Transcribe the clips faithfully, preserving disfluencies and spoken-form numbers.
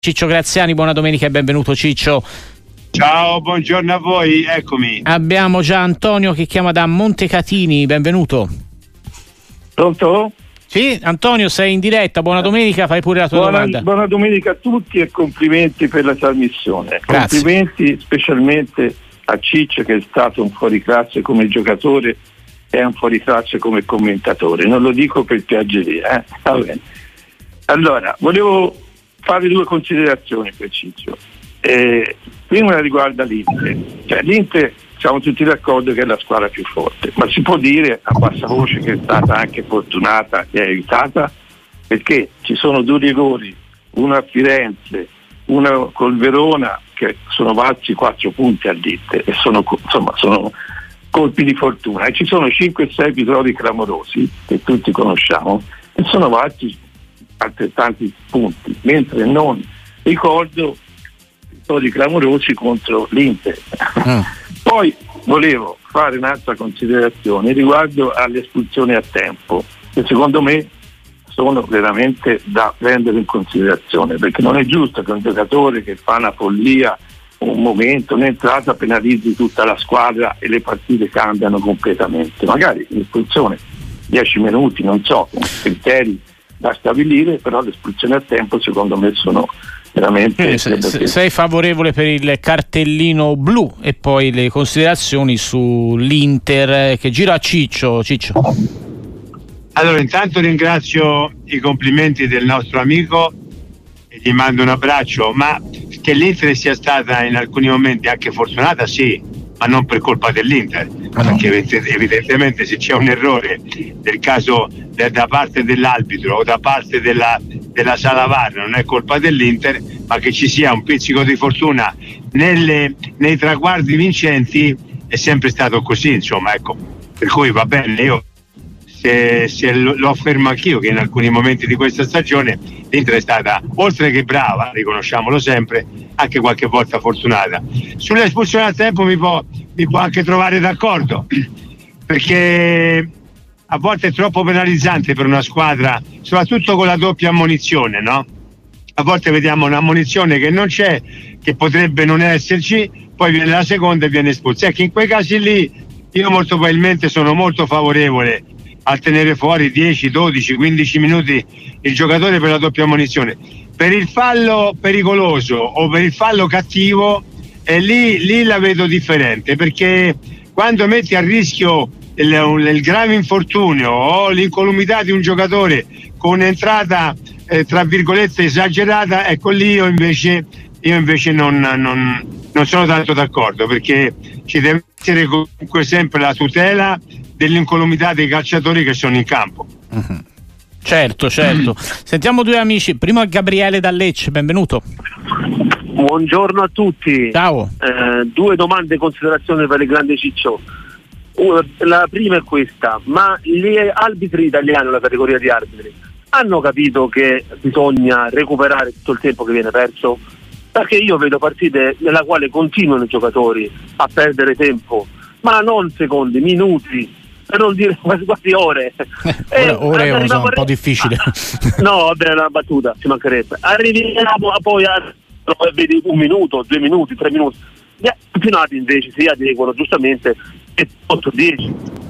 Ciccio Graziani, buona domenica e benvenuto Ciccio. Ciao, buongiorno a voi, eccomi. Abbiamo già Antonio che chiama da Montecatini, benvenuto. Pronto? Sì, Antonio, sei in diretta, buona domenica, fai pure la tua buona, domanda. Buona domenica a tutti e complimenti per la trasmissione. Grazie. Complimenti specialmente a Ciccio, che è stato un fuoriclasse come giocatore e un fuoriclasse come commentatore. Non lo dico per piaggeria, eh? Va bene. Allora, volevo fare due considerazioni per Ciccio. Eh, prima riguarda l'Inter. Cioè, l'Inter siamo tutti d'accordo che è la squadra più forte, ma si può dire a bassa voce che è stata anche fortunata e aiutata, perché ci sono due rigori, uno a Firenze, uno col Verona, che sono valsi quattro punti all'Inter e sono, insomma, sono colpi di fortuna, e ci sono cinque sei episodi clamorosi che tutti conosciamo e sono valsi altrettanti punti, mentre non ricordo episodi clamorosi contro l'Inter. Mm. Poi volevo fare un'altra considerazione riguardo alle espulsioni a tempo, che secondo me sono veramente da prendere in considerazione, perché non è giusto che un giocatore che fa una follia, un momento, un'entrata, penalizzi tutta la squadra e le partite cambiano completamente. Magari l'espulsione dieci minuti, non so, con criteri da stabilire, però le espulsioni a tempo secondo me sono veramente... Eh, se, se, sei favorevole per il cartellino blu, e poi le considerazioni sull'Inter che gira a Ciccio. Ciccio. Allora, intanto ringrazio i complimenti del nostro amico e gli mando un abbraccio, ma che l'Inter sia stata in alcuni momenti anche fortunata, sì, ma non per colpa dell'Inter, ah, no. Perché evidentemente se c'è un errore nel caso de, da parte dell'arbitro o da parte della, della sala V A R non è colpa dell'Inter, ma che ci sia un pizzico di fortuna nelle, nei traguardi vincenti è sempre stato così, insomma, ecco, per cui va bene. Io se, se lo, lo affermo anch'io che in alcuni momenti di questa stagione l'Inter è stata, oltre che brava, riconosciamolo sempre, anche qualche volta fortunata. Sull'espulsione a tempo mi può, mi può anche trovare d'accordo, perché a volte è troppo penalizzante per una squadra, soprattutto con la doppia ammonizione, no? A volte vediamo un'ammonizione che non c'è, che potrebbe non esserci, poi viene la seconda e viene espulsa. Ecco, in quei casi lì io molto probabilmente sono molto favorevole a tenere fuori dieci, dodici, quindici minuti il giocatore per la doppia ammonizione. Per il fallo pericoloso o per il fallo cattivo, eh, lì, lì la vedo differente, perché quando metti a rischio il, il grave infortunio o l'incolumità di un giocatore con un'entrata eh, tra virgolette esagerata, ecco lì io invece, io invece non, non, non sono tanto d'accordo, perché ci deve essere comunque sempre la tutela dell'incolumità dei calciatori che sono in campo. Mm-hmm. Certo, certo. Sentiamo due amici. Primo è Gabriele da Lecce, benvenuto. Buongiorno a tutti. Ciao. Eh, due domande e considerazioni per il grande Ciccio. Uh, la prima è questa: ma gli arbitri italiani, la categoria di arbitri, hanno capito che bisogna recuperare tutto il tempo che viene perso? Perché io vedo partite nella quale continuano i giocatori a perdere tempo, ma non secondi, minuti, per non dire quasi, quasi ore. Eh, ore, ore è un, so, un po' difficile. No, vabbè, è una battuta, ci mancherebbe. Arriviamo poi a vedi un minuto, due minuti, tre minuti. Gli campionati invece si adeguano giustamente otto dieci,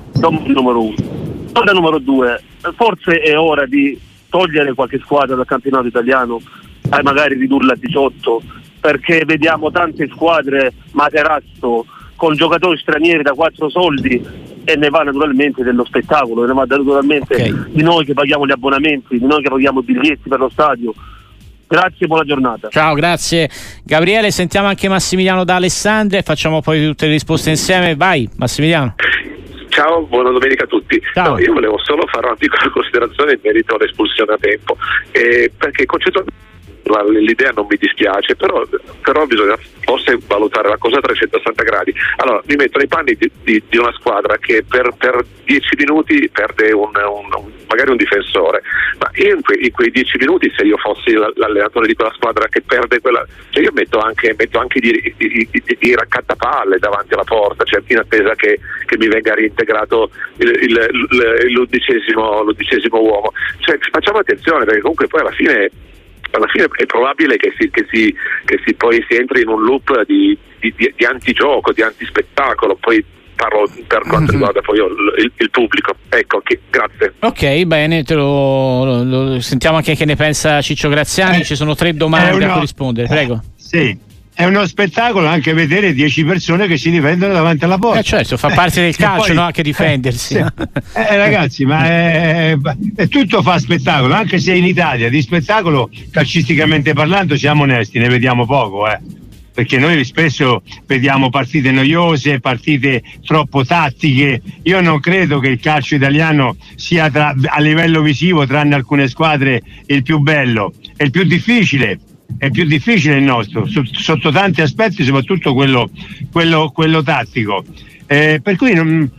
numero uno. Domanda numero due, forse è ora di togliere qualche squadra dal campionato italiano e magari ridurla a diciotto, perché vediamo tante squadre materasso con giocatori stranieri da quattro soldi, e ne va naturalmente dello spettacolo, ne va naturalmente okay. di noi che paghiamo gli abbonamenti, di noi che paghiamo i biglietti per lo stadio. Grazie, buona giornata. Ciao, grazie Gabriele. Sentiamo anche Massimiliano da Alessandria e facciamo poi tutte le risposte insieme. Vai Massimiliano. Ciao, buona domenica a tutti. No, io volevo solo fare una piccola considerazione in merito all'espulsione a tempo, eh, perché concettualmente l'idea non mi dispiace, però, però bisogna forse valutare la cosa a trecentosessanta gradi. Allora, mi metto nei panni di, di, di una squadra che per, per dieci minuti perde un, un, un, magari un difensore, ma io in, que, in quei dieci minuti, se io fossi l'allenatore di quella squadra che perde quella, cioè io metto anche, metto anche di, di, di, di raccattapalle davanti alla porta, cioè in attesa che, che mi venga reintegrato il, il, il, l'undicesimo, l'undicesimo uomo. Cioè, facciamo attenzione, perché comunque poi alla fine alla fine è probabile che si, che si, che si poi si entri in un loop di, di, di, di antigioco, di antispettacolo, poi parlo per quanto riguarda poi il, il pubblico. Ecco, che, grazie. Ok, bene, te lo, lo, lo sentiamo anche che ne pensa Ciccio Graziani. Eh, Ci sono tre domande uno, a cui rispondere, prego. Sì, è uno spettacolo anche vedere dieci persone che si difendono davanti alla porta. Eh certo, fa parte del calcio, poi, no? Anche difendersi. Eh, eh, ragazzi, ma è, è tutto fa spettacolo, anche se in Italia di spettacolo, calcisticamente parlando, siamo onesti, ne vediamo poco, eh. Perché noi spesso vediamo partite noiose, partite troppo tattiche. Io non credo che il calcio italiano sia tra, a livello visivo, tranne alcune squadre, il più bello, è il più difficile, è il più difficile il nostro, sotto tanti aspetti, soprattutto quello, quello, quello tattico. Eh, per cui non,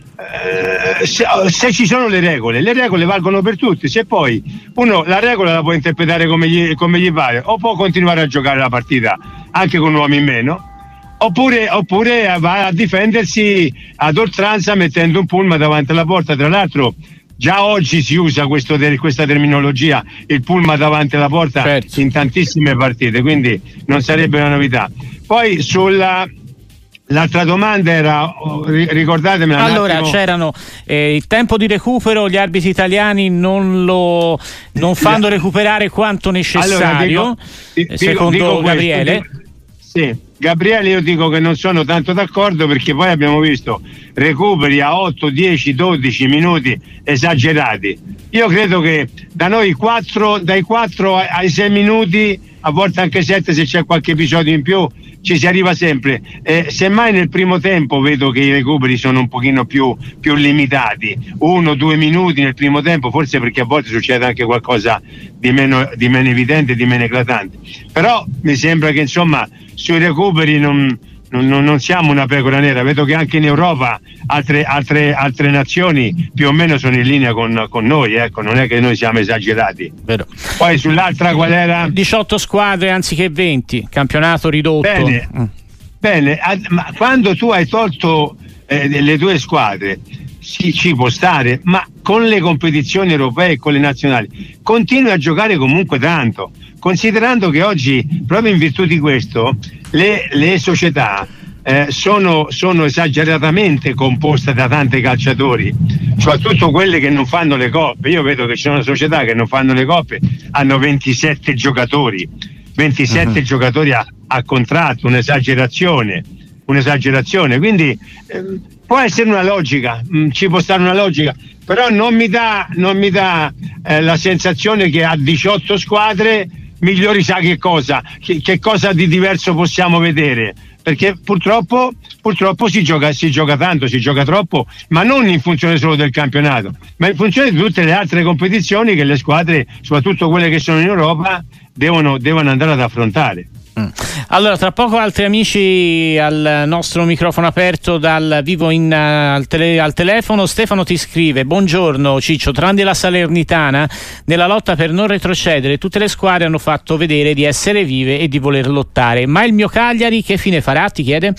eh, se, se ci sono le regole, le regole valgono per tutti. Se poi uno la regola la può interpretare come gli, come gli pare, o può continuare a giocare la partita anche con uomini in meno, oppure, oppure va a difendersi ad oltranza mettendo un pullman davanti alla porta. Tra l'altro già oggi si usa questo, questa terminologia, il pullman davanti alla porta, certo, in tantissime partite, quindi non sarebbe una novità. Poi sulla l'altra domanda era, ricordatemela. Allora c'erano eh, il tempo di recupero, gli arbitri italiani non lo non fanno recuperare quanto necessario, allora, dico, secondo dico Gabriele. Questo, sì, Gabriele, io dico che non sono tanto d'accordo, perché poi abbiamo visto recuperi a otto, dieci, dodici minuti esagerati. Io credo che da noi quattro, dai quattro ai sei minuti, a volte anche sette se c'è qualche episodio in più, ci si arriva sempre. Eh, semmai nel primo tempo vedo che i recuperi sono un pochino più, più limitati, uno, due minuti nel primo tempo, forse perché a volte succede anche qualcosa di meno, di meno evidente, di meno eclatante. Però mi sembra che insomma sui recuperi non, non, non siamo una pecora nera. Vedo che anche in Europa altre, altre, altre nazioni più o meno sono in linea con, con noi, ecco, non è che noi siamo esagerati. Vero. Poi sull'altra qual era? diciotto squadre anziché venti, campionato ridotto. Bene, mm. bene ad, ma quando tu hai tolto eh, le tue squadre, sì, ci può stare, ma con le competizioni europee e con le nazionali continui a giocare comunque tanto, considerando che oggi, proprio in virtù di questo, le, le società eh, sono, sono esageratamente composte da tanti calciatori, soprattutto quelle che non fanno le coppe. Io vedo che ci sono società che non fanno le coppe, hanno ventisette giocatori, ventisette uh-huh. giocatori a, a contratto, un'esagerazione, un'esagerazione. Quindi eh, può essere una logica, mh, ci può stare una logica, però non mi dà, non mi dà eh, la sensazione che a diciotto squadre migliori sa che cosa, che, che cosa di diverso possiamo vedere, perché purtroppo, purtroppo si gioca, si gioca tanto, si gioca troppo, ma non in funzione solo del campionato, ma in funzione di tutte le altre competizioni che le squadre, soprattutto quelle che sono in Europa, devono, devono andare ad affrontare. Mm. Allora, tra poco altri amici al nostro microfono aperto dal vivo in, uh, al, tele, al telefono. Stefano ti scrive: buongiorno Ciccio, tranne la Salernitana, nella lotta per non retrocedere tutte le squadre hanno fatto vedere di essere vive e di voler lottare, ma il mio Cagliari che fine farà, ti chiede?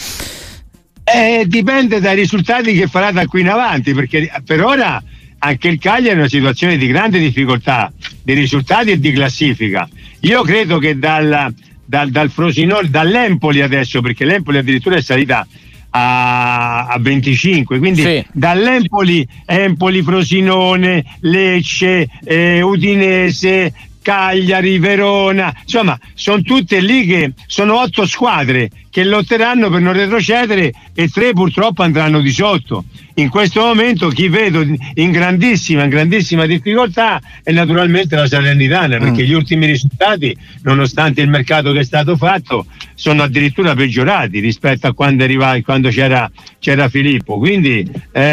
Eh, dipende dai risultati che farà da qui in avanti, perché per ora anche il Cagliari è in una situazione di grande difficoltà di risultati e di classifica. Io credo che dal Dal, dal Frosinone, dall'Empoli adesso, perché l'Empoli addirittura è salita a, a venticinque, quindi sì. dall'Empoli, Empoli, Frosinone, Lecce, eh, Udinese, Cagliari, Verona, insomma sono tutte lì, che sono otto squadre che lotteranno per non retrocedere e tre purtroppo andranno di sotto. In questo momento chi vedo in grandissima, in grandissima difficoltà è naturalmente la Salernitana, perché mm. gli ultimi risultati, nonostante il mercato che è stato fatto, sono addirittura peggiorati rispetto a quando arriva, quando c'era, c'era Filippo. Quindi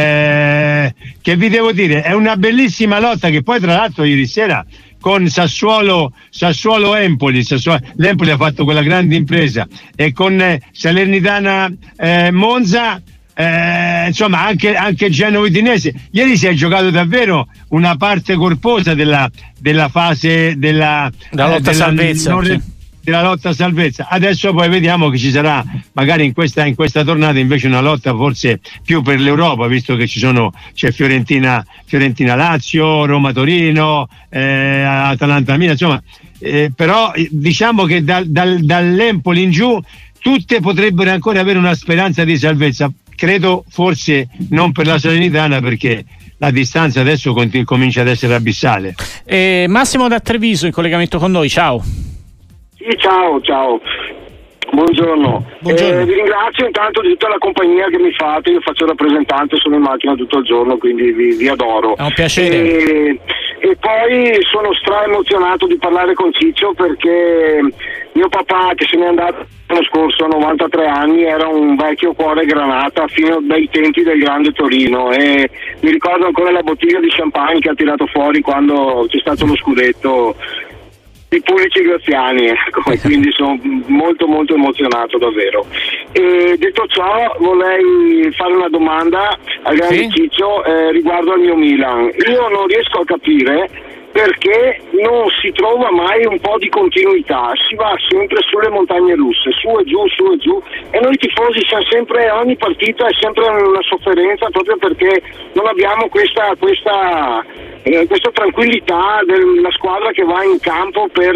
eh, che vi devo dire, è una bellissima lotta, che poi tra l'altro ieri sera con Sassuolo, Sassuolo Empoli, Sassuolo, l'Empoli ha fatto quella grande impresa, e con eh, Salernitana eh, Monza, eh, insomma anche, anche Genoa Udinese. Ieri si è giocato davvero una parte corposa della, della fase della, la lotta eh, della salvezza, non, sì. della lotta a salvezza. Adesso poi vediamo che ci sarà magari in questa, in questa tornata invece una lotta forse più per l'Europa, visto che ci sono, c'è Fiorentina, Fiorentina Lazio, Roma Torino, eh, Atalanta Milan, insomma, eh, però diciamo che dal, dal, dall'Empoli in giù tutte potrebbero ancora avere una speranza di salvezza. Credo forse non per la Salernitana, perché la distanza adesso continu- comincia ad essere abissale. Eh, Massimo da Treviso in collegamento con noi, ciao. Sì, ciao, ciao. Buongiorno. Buongiorno. Eh, vi ringrazio intanto di tutta la compagnia che mi fate. Io faccio il rappresentante, sono in macchina tutto il giorno, quindi vi, vi adoro. È un piacere. E, e poi sono stra emozionato di parlare con Ciccio, perché mio papà, che se n'è andato l'anno scorso a novantatré anni, era un vecchio cuore granata fino dai tempi del grande Torino, e mi ricordo ancora la bottiglia di champagne che ha tirato fuori quando c'è stato lo scudetto di Pulici Graziani, ecco, quindi sono molto molto emozionato davvero. E detto ciò, vorrei fare una domanda al grande sì? Ciccio eh, riguardo al mio Milan. Io non riesco a capire perché non si trova mai un po' di continuità, si va sempre sulle montagne russe, su e giù, su e giù, e noi tifosi siamo sempre, ogni partita è sempre una sofferenza, proprio perché non abbiamo questa questa eh, questa tranquillità della squadra che va in campo per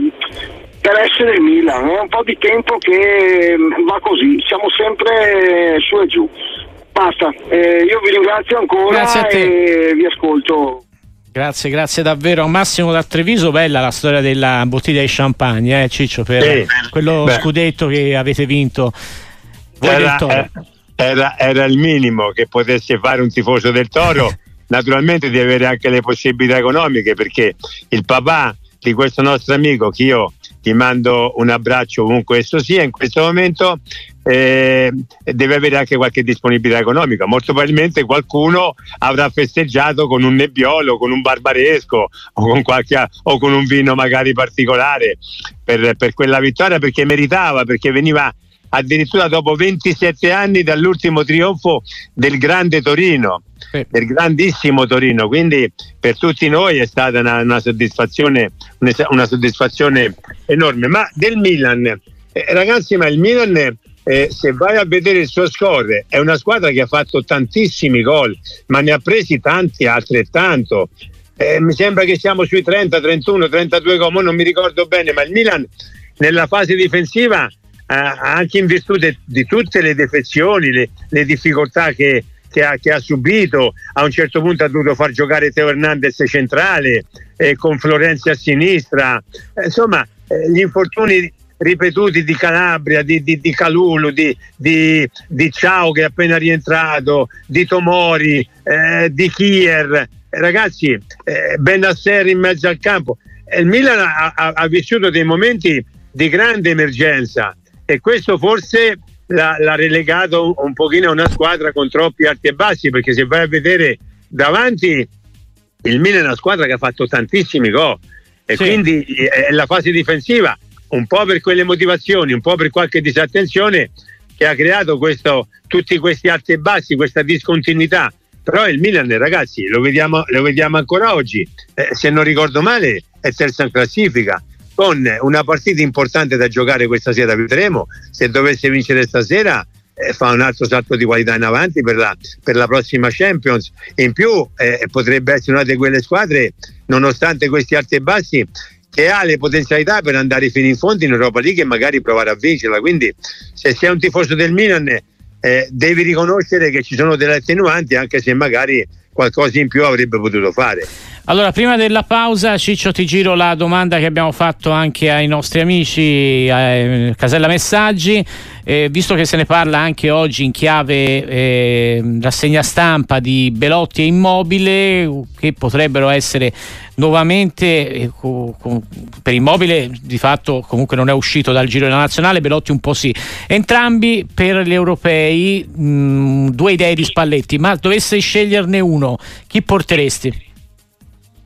per essere il Milan. È un po' di tempo che va così, siamo sempre su e giù. Basta, eh, io vi ringrazio ancora e vi ascolto. Grazie, grazie davvero. Massimo da Treviso. Bella la storia della bottiglia di champagne, eh, Ciccio, per sì, quello beh, scudetto che avete vinto voi era, del Toro. Era, era il minimo che potesse fare un tifoso del Toro, naturalmente di avere anche le possibilità economiche, perché il papà di questo nostro amico, che io ti mando un abbraccio ovunque esso sia in questo momento, eh, deve avere anche qualche disponibilità economica. Molto probabilmente qualcuno avrà festeggiato con un nebbiolo, con un barbaresco o con, qualche, o con un vino magari particolare per, per quella vittoria, perché meritava, perché veniva addirittura dopo ventisette anni dall'ultimo trionfo del grande Torino, sì. del grandissimo Torino, quindi per tutti noi è stata una, una soddisfazione una soddisfazione enorme. Ma del Milan, eh, ragazzi, ma il Milan, eh, se vai a vedere il suo score, è una squadra che ha fatto tantissimi gol, ma ne ha presi tanti altrettanto. Eh, mi sembra che siamo sui trenta, trentuno, trentadue gol, non mi ricordo bene, ma il Milan nella fase difensiva, Uh, anche in virtù de, di tutte le defezioni, le, le difficoltà che, che, ha, che ha subito, a un certo punto ha dovuto far giocare Teo Hernandez centrale, eh, con Florenzi a sinistra, eh, insomma eh, gli infortuni ripetuti di Calabria, di, di, di Calulu, di, di, di Ciao che è appena rientrato, di Tomori, eh, di Kier, eh, ragazzi, eh, Benasser in mezzo al campo. Eh, il Milan ha, ha, ha vissuto dei momenti di grande emergenza, e questo forse l'ha, l'ha relegato un, un pochino a una squadra con troppi alti e bassi, perché se vai a vedere davanti, il Milan è una squadra che ha fatto tantissimi gol, e sì. quindi è la fase difensiva, un po' per quelle motivazioni, un po' per qualche disattenzione, che ha creato questo, tutti questi alti e bassi, questa discontinuità. Però il Milan, ragazzi, lo vediamo, lo vediamo ancora oggi, eh, se non ricordo male è terza in classifica, con una partita importante da giocare questa sera. Vedremo se dovesse vincere stasera, eh, fa un altro salto di qualità in avanti per la, per la prossima Champions, e in più eh, potrebbe essere una di quelle squadre, nonostante questi alti e bassi, che ha le potenzialità per andare fino in fondo in Europa League e magari provare a vincerla. Quindi se sei un tifoso del Milan, eh, devi riconoscere che ci sono delle attenuanti, anche se magari qualcosa in più avrebbe potuto fare. Allora, prima della pausa, Ciccio, ti giro la domanda che abbiamo fatto anche ai nostri amici a Casella Messaggi, eh, visto che se ne parla anche oggi in chiave eh, rassegna stampa di Belotti e Immobile, che potrebbero essere nuovamente eh, co, co, per Immobile di fatto comunque non è uscito dal giro della nazionale, Belotti un po' sì, entrambi per gli europei, mh, due idee di Spalletti, ma dovessi sceglierne uno, chi porteresti?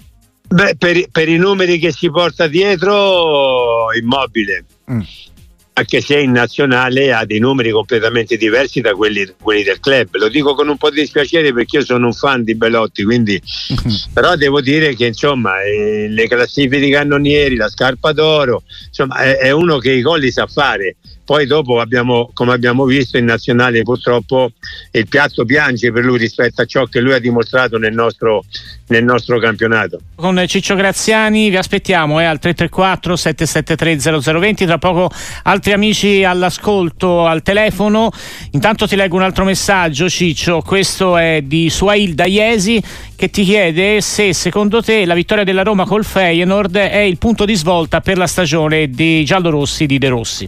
Beh, per, per i numeri che si porta dietro, Immobile. Mm. anche se in nazionale ha dei numeri completamente diversi da quelli, quelli del club. Lo dico con un po' di dispiacere perché io sono un fan di Belotti, quindi però devo dire che insomma eh, le classifiche di cannonieri, la scarpa d'oro, insomma è, è uno che i gol li sa fare. Poi dopo abbiamo, come abbiamo visto in nazionale, purtroppo il piatto piange per lui rispetto a ciò che lui ha dimostrato nel nostro, nel nostro campionato. Con Ciccio Graziani vi aspettiamo eh, al tre tre quattro sette sette tre zero zero due zero. Tra poco altri amici all'ascolto al telefono. Intanto ti leggo un altro messaggio, Ciccio. Questo è di Suail Daiesi, che ti chiede se secondo te la vittoria della Roma col Feyenoord è il punto di svolta per la stagione dei giallorossi di De Rossi.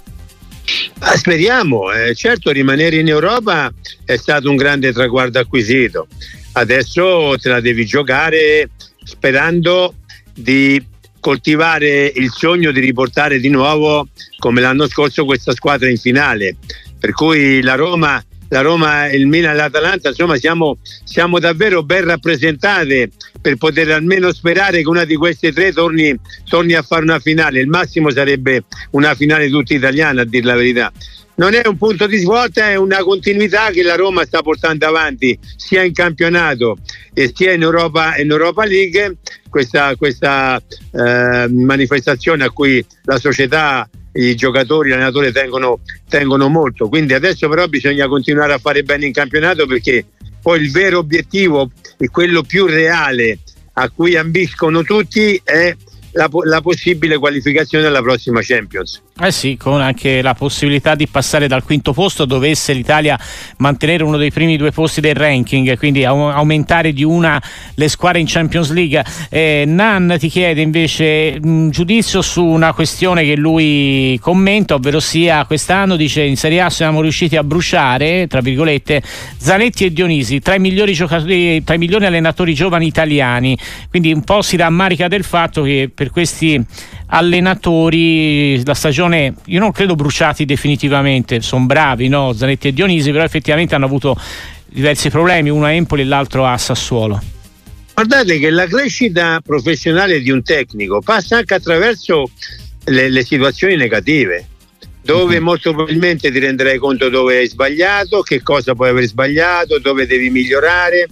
Ah, speriamo, eh, certo rimanere in Europa è stato un grande traguardo acquisito, adesso te la devi giocare sperando di coltivare il sogno di riportare di nuovo come l'anno scorso questa squadra in finale, per cui la Roma la Roma, il Milan e l'Atalanta insomma siamo, siamo davvero ben rappresentate per poter almeno sperare che una di queste tre torni, torni a fare una finale. Il massimo sarebbe una finale tutta italiana, a dir la verità. Non è un punto di svolta, è una continuità che la Roma sta portando avanti sia in campionato e sia in Europa, in Europa League, questa, questa eh, manifestazione a cui la società, i giocatori, l'allenatore tengono, tengono molto. Quindi adesso però bisogna continuare a fare bene in campionato, perché poi il vero obiettivo e quello più reale a cui ambiscono tutti è la, la possibile qualificazione alla prossima Champions. Eh sì, con anche la possibilità di passare dal quinto posto, dovesse l'Italia mantenere uno dei primi due posti del ranking, quindi aumentare di una le squadre in Champions League. eh, Nan ti chiede invece un giudizio su una questione che lui commenta, ovvero sia quest'anno dice in Serie A siamo riusciti a bruciare tra virgolette Zanetti e Dionisi, tra i migliori giocatori, tra i migliori allenatori giovani italiani, quindi un po' si rammarica del fatto che per questi allenatori la stagione, io non credo bruciati definitivamente, sono bravi, no? Zanetti e Dionisi, però effettivamente hanno avuto diversi problemi, uno a Empoli e l'altro a Sassuolo. Guardate che la crescita professionale di un tecnico passa anche attraverso le, le situazioni negative, dove mm-hmm. molto probabilmente ti renderai conto dove hai sbagliato, che cosa puoi aver sbagliato, dove devi migliorare,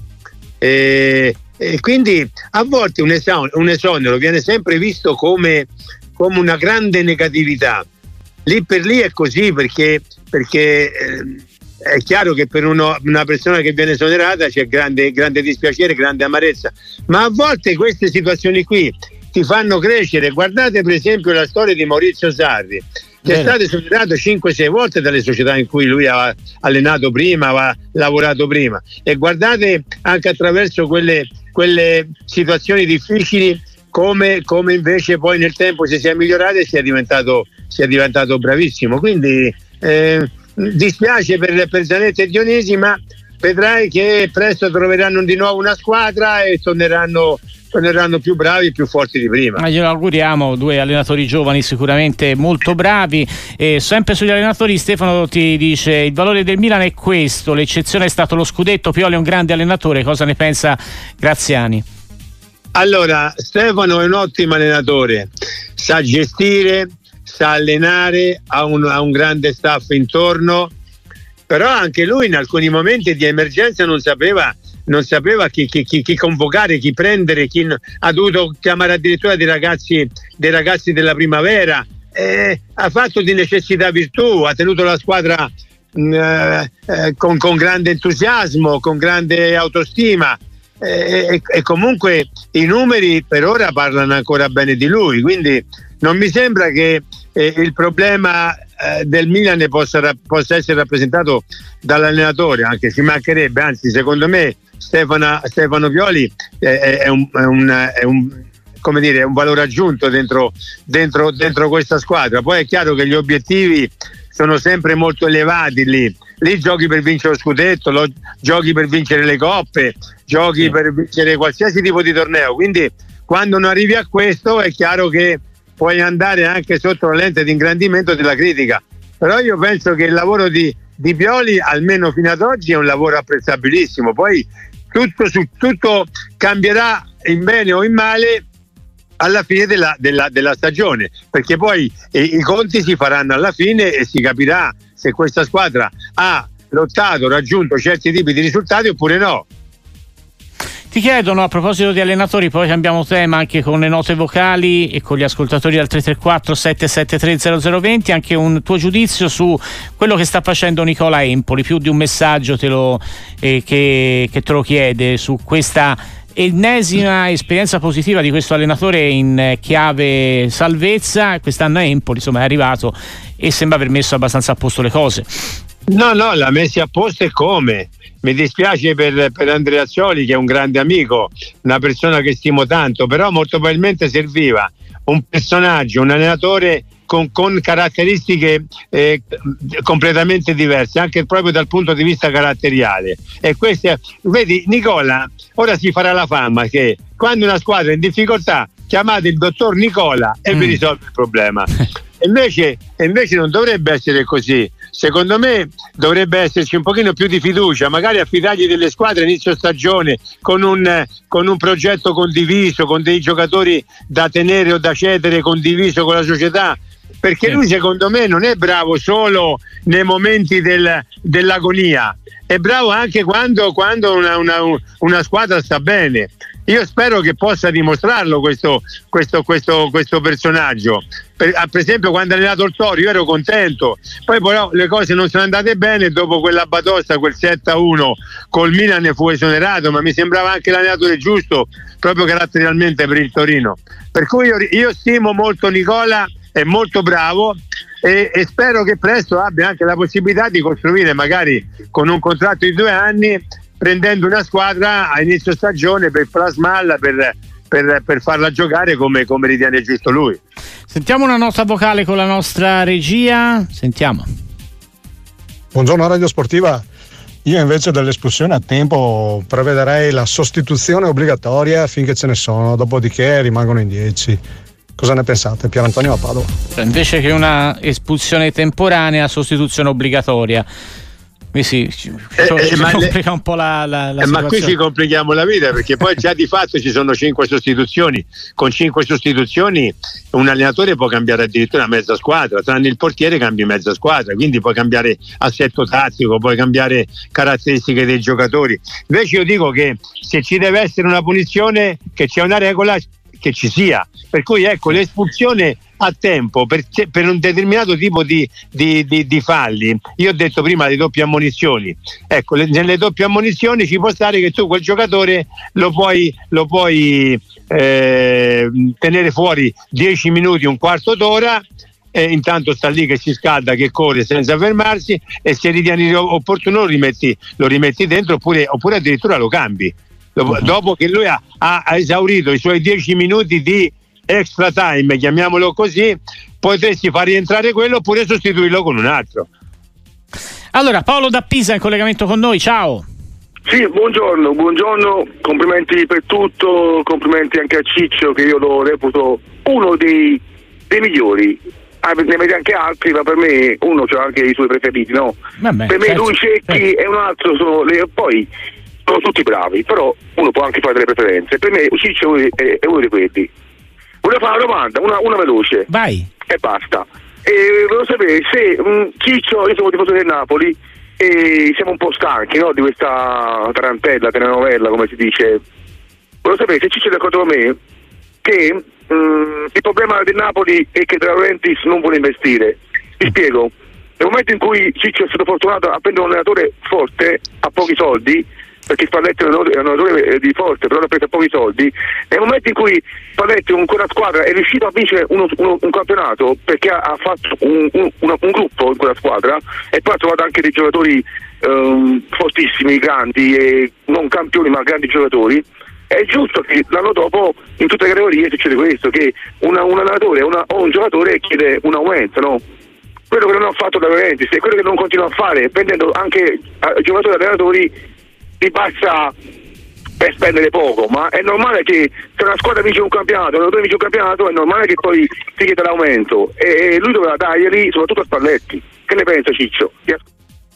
e, e quindi a volte un esonero, un esonero viene sempre visto come, come una grande negatività. Lì per lì è così, perché, perché eh, è chiaro che per uno, una persona che viene esonerata c'è grande, grande dispiacere, grande amarezza, ma a volte queste situazioni qui ti fanno crescere. Guardate per esempio la storia di Maurizio Sarri, che Bene. è stato esonerato cinque sei volte dalle società in cui lui aveva allenato prima, aveva lavorato prima, e guardate anche attraverso quelle, quelle situazioni difficili come, come invece poi nel tempo si sia migliorato e sia diventato, sia diventato bravissimo. Quindi eh, dispiace per, per Zanetti e Dionisi, ma vedrai che presto troveranno di nuovo una squadra e torneranno torneranno più bravi e più forti di prima. Ma glielo auguriamo, due allenatori giovani sicuramente molto bravi. E sempre sugli allenatori Stefano ti dice il valore del Milan è questo, l'eccezione è stato lo scudetto, Pioli è un grande allenatore, cosa ne pensa Graziani? Allora, Stefano è un ottimo allenatore, sa gestire, sa allenare, ha un, ha un grande staff intorno, però anche lui in alcuni momenti di emergenza non sapeva non sapeva chi, chi, chi, chi convocare, chi prendere, chi ha dovuto chiamare addirittura dei ragazzi, dei ragazzi della primavera, eh, ha fatto di necessità virtù, ha tenuto la squadra mh, eh, con, con grande entusiasmo, con grande autostima, eh, e, e comunque i numeri per ora parlano ancora bene di lui, quindi non mi sembra che eh, il problema eh, del Milan possa, possa essere rappresentato dall'allenatore, anche ci mancherebbe, anzi secondo me Stefano, Stefano Pioli è, è, un, è, un, è, un, come dire, è un valore aggiunto dentro, dentro, dentro questa squadra. Poi è chiaro che gli obiettivi sono sempre molto elevati lì, lì giochi per vincere lo scudetto, lo, giochi per vincere le coppe, giochi sì. per vincere qualsiasi tipo di torneo, quindi quando non arrivi a questo è chiaro che puoi andare anche sotto la lente di ingrandimento della critica, però io penso che il lavoro di, di Pioli almeno fino ad oggi è un lavoro apprezzabilissimo. Poi tutto, su, tutto cambierà in bene o in male alla fine della, della, della stagione, perché poi eh, i conti si faranno alla fine e si capirà se questa squadra ha lottato, raggiunto certi tipi di risultati oppure no. Ti chiedono, a proposito di allenatori, poi cambiamo tema anche con le note vocali e con gli ascoltatori al tre tre quattro sette sette tre zero zero due zero, anche un tuo giudizio su quello che sta facendo Nicola Empoli. Più di un messaggio te lo, eh, che, che te lo chiede su questa ennesima esperienza positiva di questo allenatore in chiave salvezza. Quest'anno a Empoli, insomma, è arrivato e sembra aver messo abbastanza a posto le cose. No, no, l'ha messi a posto e come? Mi dispiace per, per Andrea Azzoli, che è un grande amico, una persona che stimo tanto, però molto probabilmente serviva un personaggio, un allenatore con, con caratteristiche eh, completamente diverse, anche proprio dal punto di vista caratteriale. E queste, vedi, Nicola, ora si farà la fama che quando una squadra è in difficoltà chiamate il dottor Nicola e mm. vi risolve il problema. E invece, e invece non dovrebbe essere così. Secondo me dovrebbe esserci un pochino più di fiducia, magari affidargli delle squadre a inizio stagione con un, con un progetto condiviso, con dei giocatori da tenere o da cedere condiviso con la società, perché lui secondo me non è bravo solo nei momenti del, dell'agonia, è bravo anche quando, quando una, una, una squadra sta bene. Io spero che possa dimostrarlo questo, questo, questo, questo personaggio. Per, per esempio, quando ha allenato il Toro io ero contento, poi però le cose non sono andate bene. Dopo quella batosta, quel sette a uno col Milan, ne fu esonerato, ma mi sembrava anche l'allenatore giusto proprio caratterialmente per il Torino. Per cui io, io stimo molto Nicola, è molto bravo e, e spero che presto abbia anche la possibilità di costruire, magari con un contratto di due anni, prendendo una squadra a inizio stagione per plasmarla, per, per, per farla giocare come, come ritiene giusto lui. Sentiamo una nota vocale con la nostra regia. Sentiamo. Buongiorno Radio Sportiva. Io invece dell'espulsione a tempo prevederei la sostituzione obbligatoria finché ce ne sono, dopodiché rimangono in dieci. Cosa ne pensate? Pier Antonio a Padova. Invece che una espulsione temporanea, sostituzione obbligatoria. Eh sì, ci, eh, ci eh, ma complica le, un po' la, la, la eh, situazione. Ma qui ci complichiamo la vita, perché poi già di fatto ci sono cinque sostituzioni. Con cinque sostituzioni un allenatore può cambiare addirittura mezza squadra, tranne il portiere cambi mezza squadra, quindi puoi cambiare assetto tattico, puoi cambiare caratteristiche dei giocatori. Invece io dico che se ci deve essere una punizione, che c'è una regola che ci sia, per cui ecco l'espulsione a tempo per, per un determinato tipo di, di, di, di falli. Io ho detto prima le doppie ammonizioni, ecco le, nelle doppie ammonizioni ci può stare che tu quel giocatore lo puoi, lo puoi eh, tenere fuori dieci minuti, un quarto d'ora, e intanto sta lì che si scalda, che corre senza fermarsi, e se ritieni opportuno lo rimetti, lo rimetti dentro, oppure, oppure addirittura lo cambi dopo, uh-huh. dopo che lui ha, ha, ha esaurito i suoi dieci minuti di extra time, chiamiamolo così, potresti far rientrare quello oppure sostituirlo con un altro. Allora, Paolo da Pisa in collegamento con noi, ciao. Sì, buongiorno, buongiorno, complimenti per tutto, complimenti anche a Ciccio, che io lo reputo uno dei, dei migliori. Ah, ne avete anche altri, ma per me uno c'ha anche i suoi preferiti, no? Vabbè, per me certo, lui Cecchi certo. E un altro sono le, poi sono tutti bravi, però uno può anche fare delle preferenze. Per me Ciccio è, è uno di quelli. Volevo fare una domanda, una, una veloce. Vai. E basta. E volevo sapere se mh, Ciccio, io sono tifoso del Napoli e siamo un po' stanchi, no, di questa tarantella, telenovela, come si dice. Volevo sapere se Ciccio è d'accordo con me che mh, il problema del Napoli è che De Laurentiis non vuole investire. Vi spiego. Nel momento in cui Ciccio è stato fortunato a prendere un allenatore forte a pochi soldi, perché Spalletti è un allenatore di forte, però l'ha preso a pochi soldi, nel momento in cui Spalletti con quella squadra è riuscito a vincere uno, uno, un campionato, perché ha, ha fatto un, un, una, un gruppo in quella squadra e poi ha trovato anche dei giocatori um, fortissimi, grandi, e non campioni ma grandi giocatori, è giusto che l'anno dopo in tutte le categorie succede questo, che una, un allenatore una, o un giocatore chiede un aumento, no? Quello che non ha fatto da Laurentiis e quello che non continua a fare, prendendo anche uh, giocatori e allenatori ti passa per spendere poco, ma è normale che se una squadra vince un campionato, un allenatore vince un campionato, è normale che poi si chieda l'aumento, e lui doveva darglieli soprattutto a Spalletti. Che ne pensa Ciccio?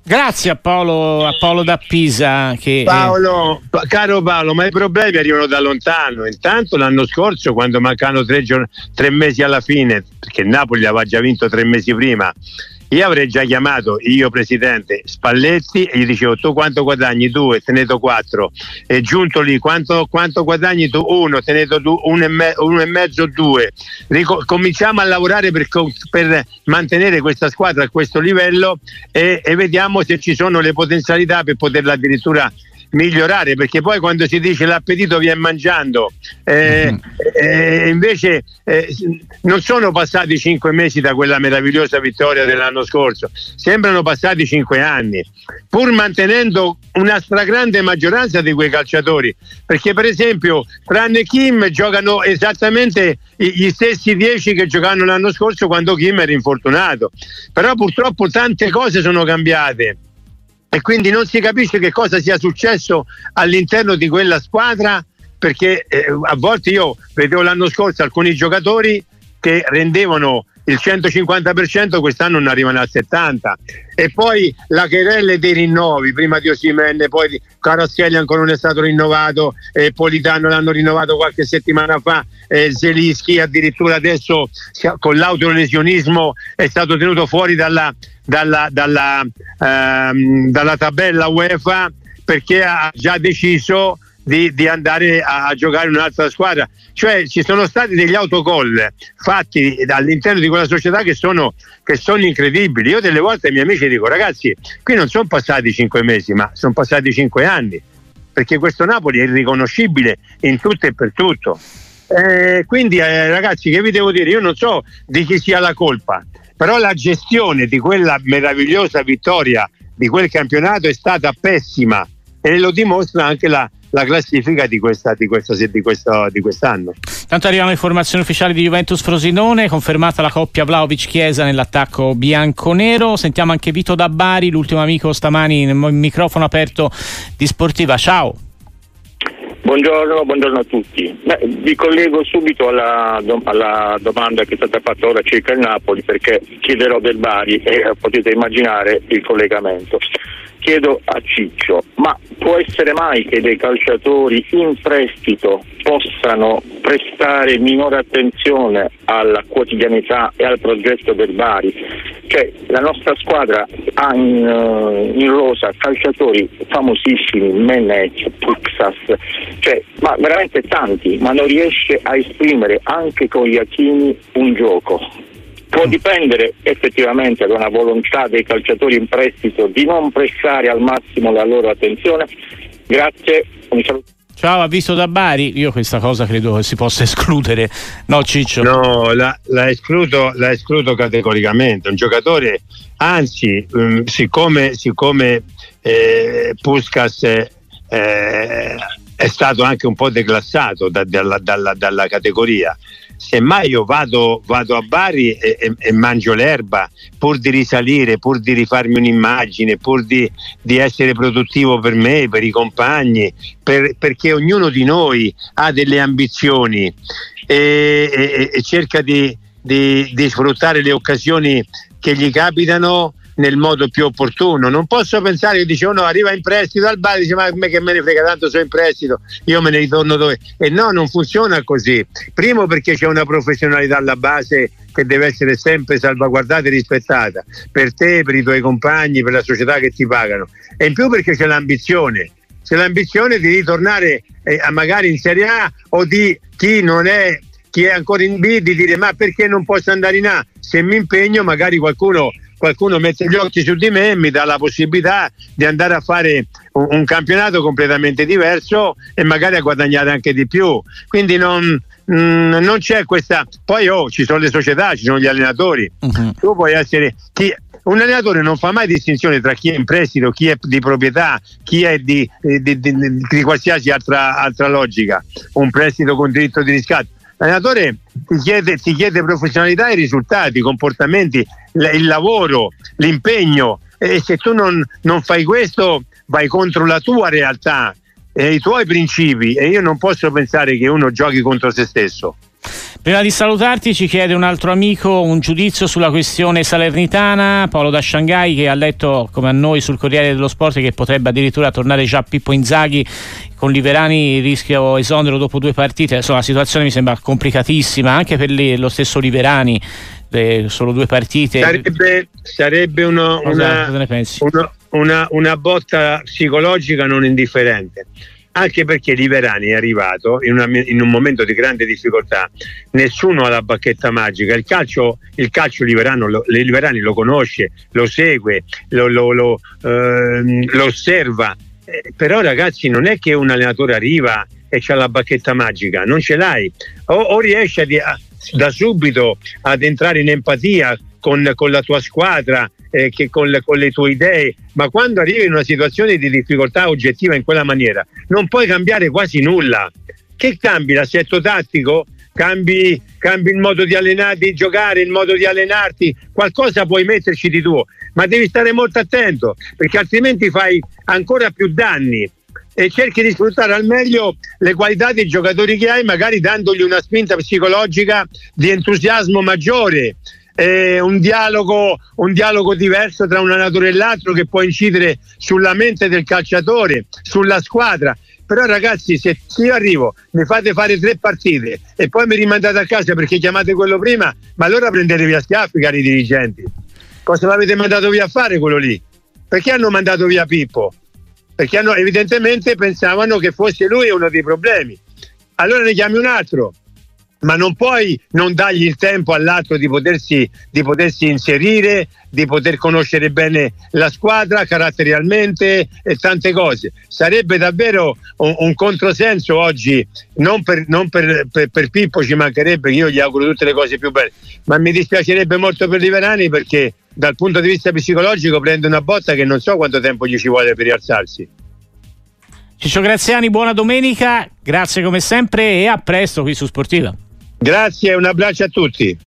Grazie a Paolo, a Paolo da Pisa. Che Paolo, è... caro Paolo, ma i problemi arrivano da lontano. Intanto l'anno scorso, quando mancano tre, giorn- tre mesi alla fine, perché il Napoli aveva già vinto tre mesi prima, io avrei già chiamato, io presidente, Spalletti, e gli dicevo: tu quanto guadagni? Due, te ne do quattro. E giunto lì, quanto, quanto guadagni tu? Uno, te ne do du- uno, e me- uno e mezzo, due. Rico- cominciamo a lavorare per, co- per mantenere questa squadra a questo livello e-, e vediamo se ci sono le potenzialità per poterla addirittura migliorare, perché poi quando si dice l'appetito viene mangiando, eh, mm-hmm. eh, invece eh, non sono passati cinque mesi da quella meravigliosa vittoria dell'anno scorso, sembrano passati cinque anni, pur mantenendo una stragrande maggioranza di quei calciatori, perché per esempio tranne Kim giocano esattamente gli stessi dieci che giocavano l'anno scorso quando Kim era infortunato, però purtroppo tante cose sono cambiate e quindi non si capisce che cosa sia successo all'interno di quella squadra, perché eh, a volte io vedevo l'anno scorso alcuni giocatori che rendevano il centocinquanta per cento, quest'anno non arrivano al settanta per cento, e poi la querelle dei rinnovi, prima di Osimhen, poi di Kvaratskhelia ancora non è stato rinnovato, eh, Politano l'hanno rinnovato qualche settimana fa, eh, Zelinski addirittura adesso con l'autolesionismo è stato tenuto fuori dalla Dalla, dalla, ehm, dalla tabella UEFA perché ha già deciso di, di andare a, a giocare in un'altra squadra. Cioè ci sono stati degli autogol fatti all'interno di quella società che sono, che sono incredibili. Io delle volte ai miei amici dico: ragazzi, qui non sono passati cinque mesi, ma sono passati cinque anni, perché questo Napoli è irriconoscibile in tutto e per tutto. Eh, quindi eh, ragazzi, che vi devo dire? Io non so di chi sia la colpa, però la gestione di quella meravigliosa vittoria di quel campionato è stata pessima e lo dimostra anche la, la classifica di, questa, di, questa, di, questo, di quest'anno. Tanto arrivano informazioni ufficiali di Juventus Frosinone, confermata la coppia Vlahovic-Chiesa nell'attacco bianconero. Sentiamo anche Vito da Bari, l'ultimo amico stamani nel microfono aperto di Sportiva. Ciao. Buongiorno, buongiorno a tutti. Beh, vi collego subito alla, alla domanda che è stata fatta ora circa il Napoli, perché chiederò del Bari e potete immaginare il collegamento. Chiedo a Ciccio: ma può essere mai che dei calciatori in prestito possano prestare minore attenzione alla quotidianità e al progetto del Bari? Cioè, la nostra squadra ha in, in rosa calciatori famosissimi, Menec, Puxas, cioè, ma veramente tanti, ma non riesce a esprimere anche con Iachini un gioco. Può dipendere effettivamente da una volontà dei calciatori in prestito di non prestare al massimo la loro attenzione? Grazie, un saluto. Ciao, avviso da Bari. Io questa cosa credo che si possa escludere, no Ciccio? No, la, la, escludo, la escludo categoricamente. Un giocatore, anzi, um, siccome, siccome eh, Puskás eh, è stato anche un po' declassato da, dalla, dalla, dalla categoria, semmai io vado, vado a Bari e, e, e mangio l'erba pur di risalire, pur di rifarmi un'immagine, pur di, di essere produttivo per me, per i compagni, per, perché ognuno di noi ha delle ambizioni e, e, e cerca di, di, di sfruttare le occasioni che gli capitano nel modo più opportuno. Non posso pensare che dice uno arriva in prestito al Bari, dice ma a me che me ne frega, tanto sono in prestito, io me ne ritorno dove, e no, non funziona così. Primo perché c'è una professionalità alla base che deve essere sempre salvaguardata e rispettata per te, per i tuoi compagni, per la società che ti pagano, e in più perché c'è l'ambizione c'è l'ambizione di ritornare eh, magari in Serie A, o di chi non è chi è ancora in B di dire ma perché non posso andare in A, se mi impegno magari qualcuno qualcuno mette gli occhi su di me e mi dà la possibilità di andare a fare un, un campionato completamente diverso e magari a guadagnare anche di più. Quindi non, mh, non c'è questa, poi oh, ci sono le società, ci sono gli allenatori, uh-huh. Tu puoi essere chi, un allenatore non fa mai distinzione tra chi è in prestito, chi è di proprietà, chi è di, di, di, di, di qualsiasi altra, altra logica, un prestito con diritto di riscatto. L'allenatore ti chiede, ti chiede professionalità e risultati, comportamenti, l- il lavoro, l'impegno, e se tu non, non fai questo vai contro la tua realtà e i tuoi principi, e io non posso pensare che uno giochi contro se stesso. Prima di salutarti ci chiede un altro amico un giudizio sulla questione salernitana, Paolo da Shanghai, che ha letto come a noi sul Corriere dello Sport che potrebbe addirittura tornare già Pippo Inzaghi, con Liverani rischio esonero dopo due partite. Insomma, la situazione mi sembra complicatissima anche per lì, lo stesso Liverani, eh, solo due partite. Sarebbe, sarebbe uno, una, cosa ne pensi? Una, una, una botta psicologica non indifferente. Anche perché Liverani è arrivato in, una, in un momento di grande difficoltà, nessuno ha la bacchetta magica, il calcio, il calcio Liverani, lo, Liverani lo conosce, lo segue, lo, lo, lo, eh, lo osserva, eh, però ragazzi non è che un allenatore arriva e c'ha la bacchetta magica, non ce l'hai, o, o riesci a, a, da subito ad entrare in empatia con, con la tua squadra, eh, che con le, con le tue idee, ma quando arrivi in una situazione di difficoltà oggettiva in quella maniera non puoi cambiare quasi nulla. Che cambi? L'assetto tattico? Cambi, cambi il modo di allenare, di giocare, il modo di allenarti, qualcosa puoi metterci di tuo, ma devi stare molto attento, perché altrimenti fai ancora più danni e cerchi di sfruttare al meglio le qualità dei giocatori che hai, magari dandogli una spinta psicologica di entusiasmo maggiore. Eh, un dialogo, un dialogo diverso tra un allenatore e l'altro che può incidere sulla mente del calciatore, sulla squadra. Però ragazzi, se io arrivo, mi fate fare tre partite e poi mi rimandate a casa perché chiamate quello prima, ma allora prendetevi a schiaffi, cari dirigenti. Cosa l'avete mandato via a fare quello lì? Perché hanno mandato via Pippo? Perché hanno, evidentemente pensavano che fosse lui uno dei problemi. Allora ne chiami un altro. Ma non puoi non dargli il tempo all'altro di potersi, di potersi inserire, di poter conoscere bene la squadra caratterialmente e tante cose. Sarebbe davvero un, un controsenso oggi, non, per, non per, per, per Pippo, ci mancherebbe, io gli auguro tutte le cose più belle, ma mi dispiacerebbe molto per Liverani, perché dal punto di vista psicologico prende una botta che non so quanto tempo gli ci vuole per rialzarsi. Ciccio Graziani, buona domenica, grazie come sempre e a presto qui su Sportiva. Grazie, un abbraccio a tutti.